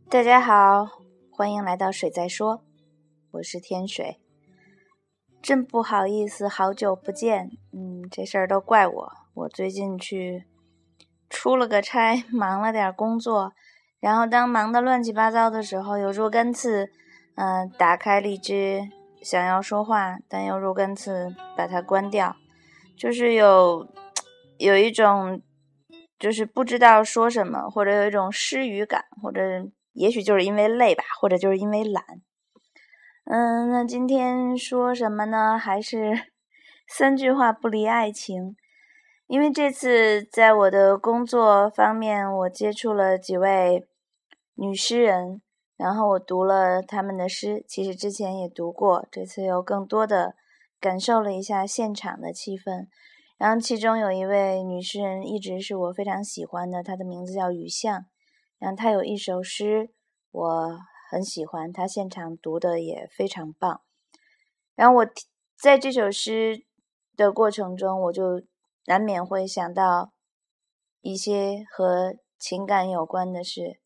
大家好，欢迎来到水在说，我是天水。真不好意思，好久不见。这事儿都怪我最近去出了个差，忙了点工作，然后当忙得乱七八糟的时候，有若干次打开荔枝想要说话，但又若干次把它关掉，就是有一种就是不知道说什么，或者有一种失语感，或者也许就是因为累吧，或者就是因为懒。那今天说什么呢？还是3句话不离爱情。因为这次在我的工作方面，我接触了几位女诗人，然后我读了他们的诗，其实之前也读过，这次又更多的感受了一下现场的气氛。然后其中有一位女诗人一直是我非常喜欢的，她的名字叫雨巷。然后她有一首诗我很喜欢，她现场读的也非常棒。然后我在这首诗的过程中，我就难免会想到一些和情感有关的事。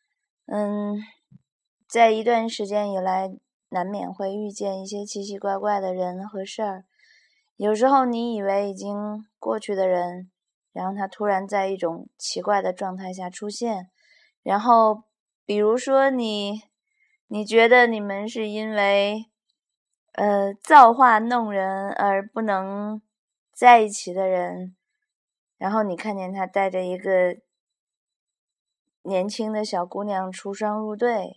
在一段时间以来，难免会遇见一些奇奇怪怪的人和事儿。有时候你以为已经过去的人，然后他突然在一种奇怪的状态下出现，然后比如说你觉得你们是因为造化弄人而不能在一起的人，然后你看见他带着一个年轻的小姑娘出双入对，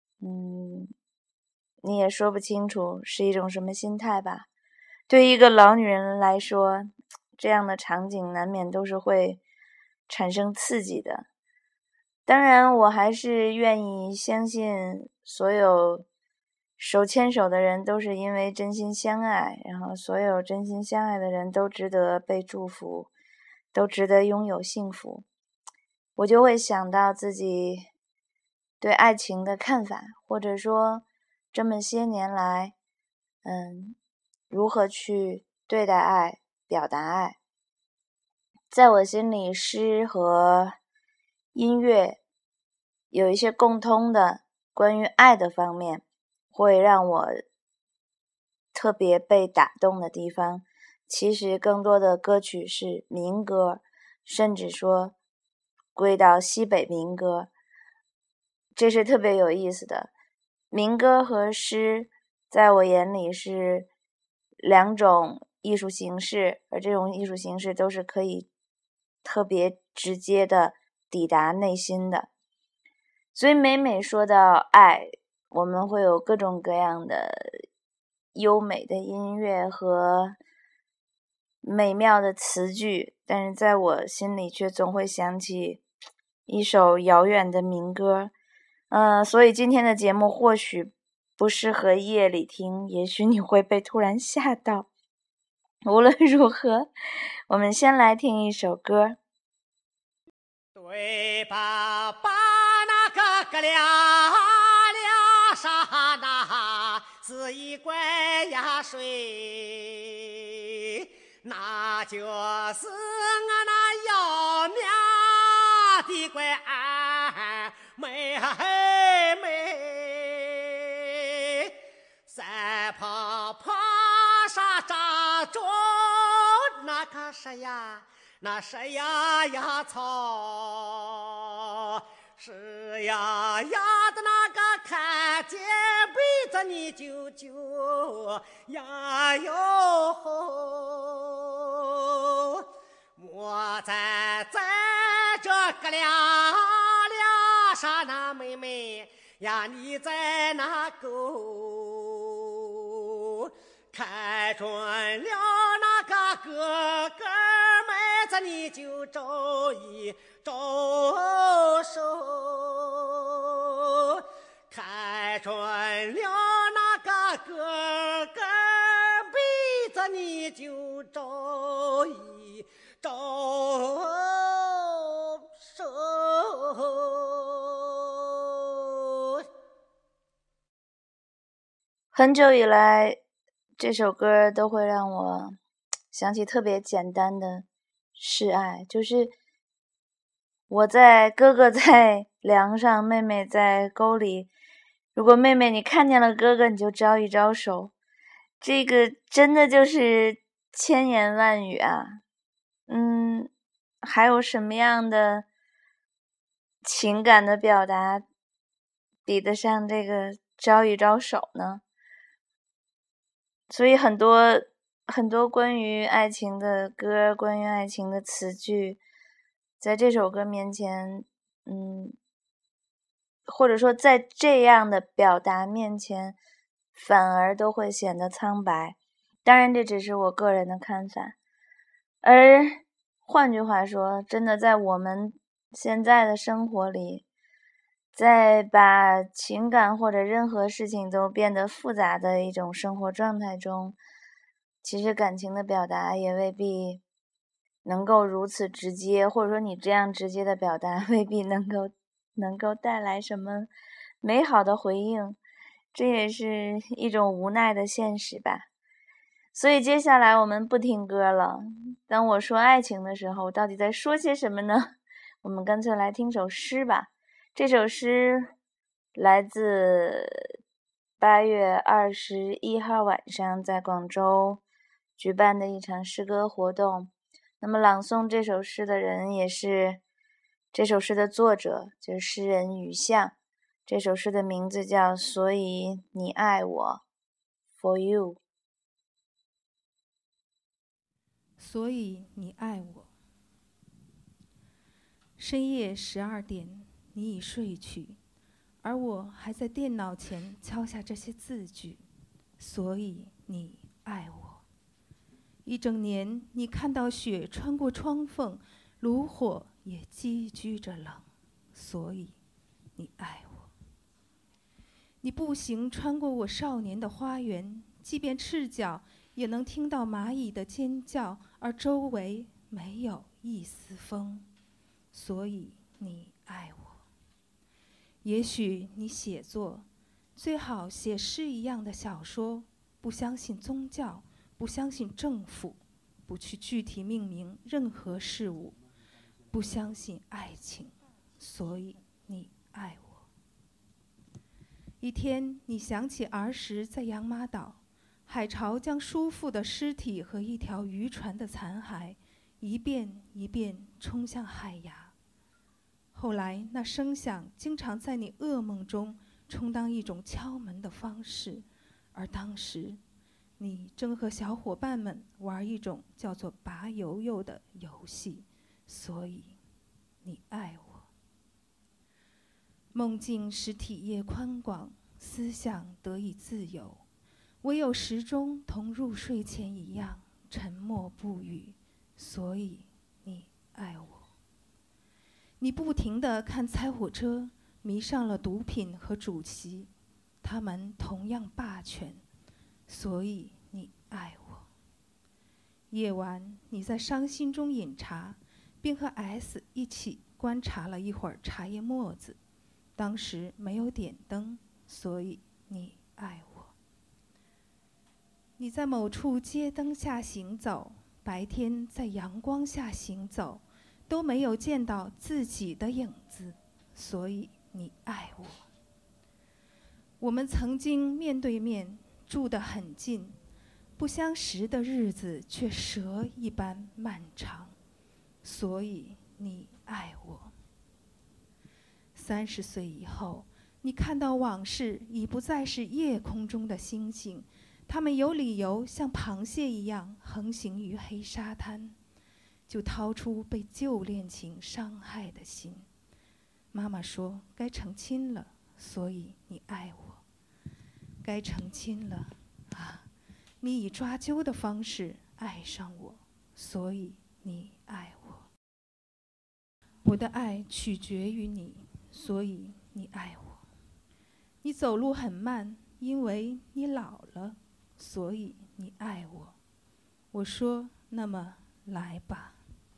你也说不清楚是一种什么心态吧。对于一个老女人来说，这样的场景难免都是会产生刺激的。当然我还是愿意相信所有手牵手的人都是因为真心相爱，然后所有真心相爱的人都值得被祝福，都值得拥有幸福。我就会想到自己对爱情的看法，或者说这么些年来如何去对待爱，表达爱。在我心里，诗和音乐有一些共通的关于爱的方面，会让我特别被打动的地方。其实更多的歌曲是民歌，甚至说归到西北民歌，这是特别有意思的。民歌和诗在我眼里是两种艺术形式，而这种艺术形式都是可以特别直接的抵达内心的。所以每每说到爱，我们会有各种各样的优美的音乐和美妙的词句，但是在我心里却总会想起一首遥远的民歌。所以今天的节目或许不适合夜里听，也许你会被突然吓到。无论如何，我们先来听一首歌。 对吧，把那个哥俩杀那是一怪呀水，那就是我那要命的怪俺妹妹，三旁旁上扎着那个谁呀？那是呀呀草，是呀呀的那个看见被子你就呀哟吼，我在这个俩上那妹妹呀，你在那沟看准了那个哥哥妹子，你就招一招手，看准了那个哥哥妹子，你就招一招手。 很久以来，这首歌都会让我想起特别简单的示爱，就是哥哥在梁上，妹妹在沟里。如果妹妹你看见了哥哥，你就招一招手。这个真的就是千言万语啊。还有什么样的情感的表达比得上这个招一招手呢？所以很多关于爱情的歌，关于爱情的词句，在这首歌面前，或者说在这样的表达面前，反而都会显得苍白。当然这只是我个人的看法，而换句话说，真的在我们现在的生活里，在把情感或者任何事情都变得复杂的一种生活状态中，其实感情的表达也未必能够如此直接，或者说你这样直接的表达未必能够带来什么美好的回应，这也是一种无奈的现实吧。所以接下来我们不听歌了，当我说爱情的时候，到底在说些什么呢？我们干脆来听首诗吧。这首诗来自8月21号晚上在广州举办的一场诗歌活动。那么朗诵这首诗的人也是这首诗的作者，就是诗人雨巷。这首诗的名字叫《所以你爱我》 For You。 所以你爱我。深夜12点，你已睡去，而我还在电脑前敲下这些字句。所以你爱我。一整年，你看到雪穿过窗缝，炉火也积聚着冷。所以你爱我。你步行穿过我少年的花园，即便赤脚，也能听到蚂蚁的尖叫，而周围没有一丝风。所以你爱我。也许你写作，最好写诗一样的小说，不相信宗教，不相信政府，不去具体命名任何事物，不相信爱情。所以你爱我。一天，你想起儿时在养马岛，海潮将叔父的尸体和一条渔船的残骸一遍一遍冲向海牙。后来，那声响经常在你噩梦中充当一种敲门的方式，而当时，你正和小伙伴们玩一种叫做拔油油的游戏。所以，你爱我。梦境使体液宽广，思想得以自由，唯有时钟同入睡前一样沉默不语。所以你爱我。你不停地看猜火车，迷上了毒品和主席，他们同样霸权。所以你爱我。夜晚，你在伤心中饮茶，并和 S 一起观察了一会儿茶叶沫子。当时没有点灯，所以你爱我。你在某处街灯下行走，白天在阳光下行走，都没有见到自己的影子，所以你爱我。我们曾经面对面，住得很近，不相识的日子却蛇一般漫长，所以你爱我。30岁以后，你看到往事已不再是夜空中的星星，它们有理由像螃蟹一样横行于黑沙滩，就掏出被旧恋情伤害的心。妈妈说该成亲了，所以你爱我。该成亲了啊！你以抓阄的方式爱上我，所以你爱我。我的爱取决于你，所以你爱我。你走路很慢，因为你老了，所以你爱我。我说，那么来吧。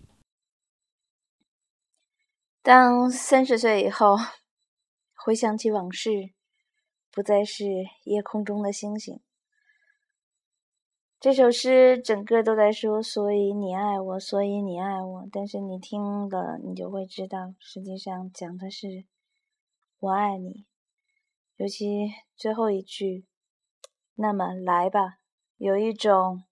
当30岁以后，回想起往事，不再是夜空中的星星， 这首诗整个都在说所以你爱我，所以你爱我，但是你听了你就会知道，实际上讲的是我爱你。尤其最后一句，那么来吧，有一种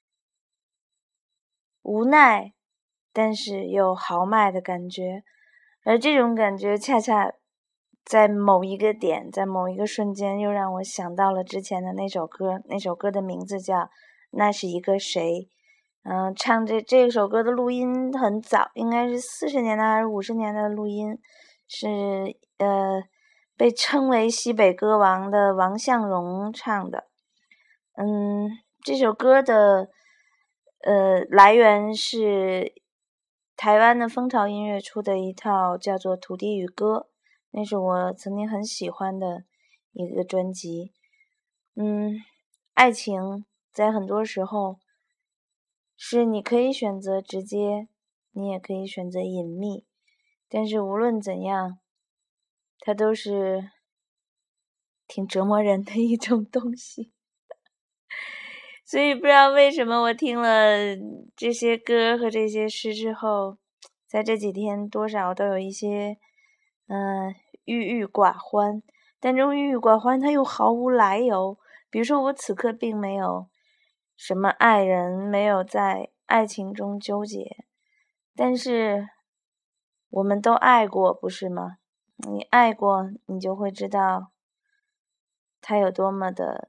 无奈但是又豪迈的感觉，而这种感觉恰恰在某一个点，在某一个瞬间又让我想到了之前的那首歌，那首歌的名字叫那是一个谁。唱这首歌的录音很早，应该是40年代还是50年代的录音，是被称为西北歌王的王向荣唱的。这首歌的来源是台湾的风潮音乐出的一套叫做《土地与歌》，那是我曾经很喜欢的一个专辑。爱情在很多时候是你可以选择直接，你也可以选择隐秘，但是无论怎样，它都是挺折磨人的一种东西。所以不知道为什么我听了这些歌和这些诗之后，在这几天多少都有一些郁郁寡欢，但这种郁郁寡欢它又毫无来由。比如说我此刻并没有什么爱人，没有在爱情中纠结，但是我们都爱过，不是吗？你爱过，你就会知道它有多么的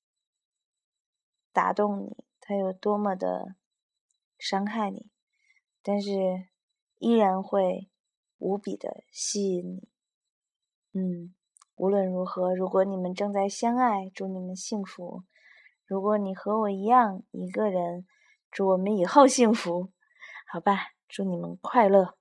打动你，它有多么的伤害你，但是依然会无比的吸引你。无论如何，如果你们正在相爱，祝你们幸福；如果你和我一样一个人，祝我们以后幸福。好吧，祝你们快乐。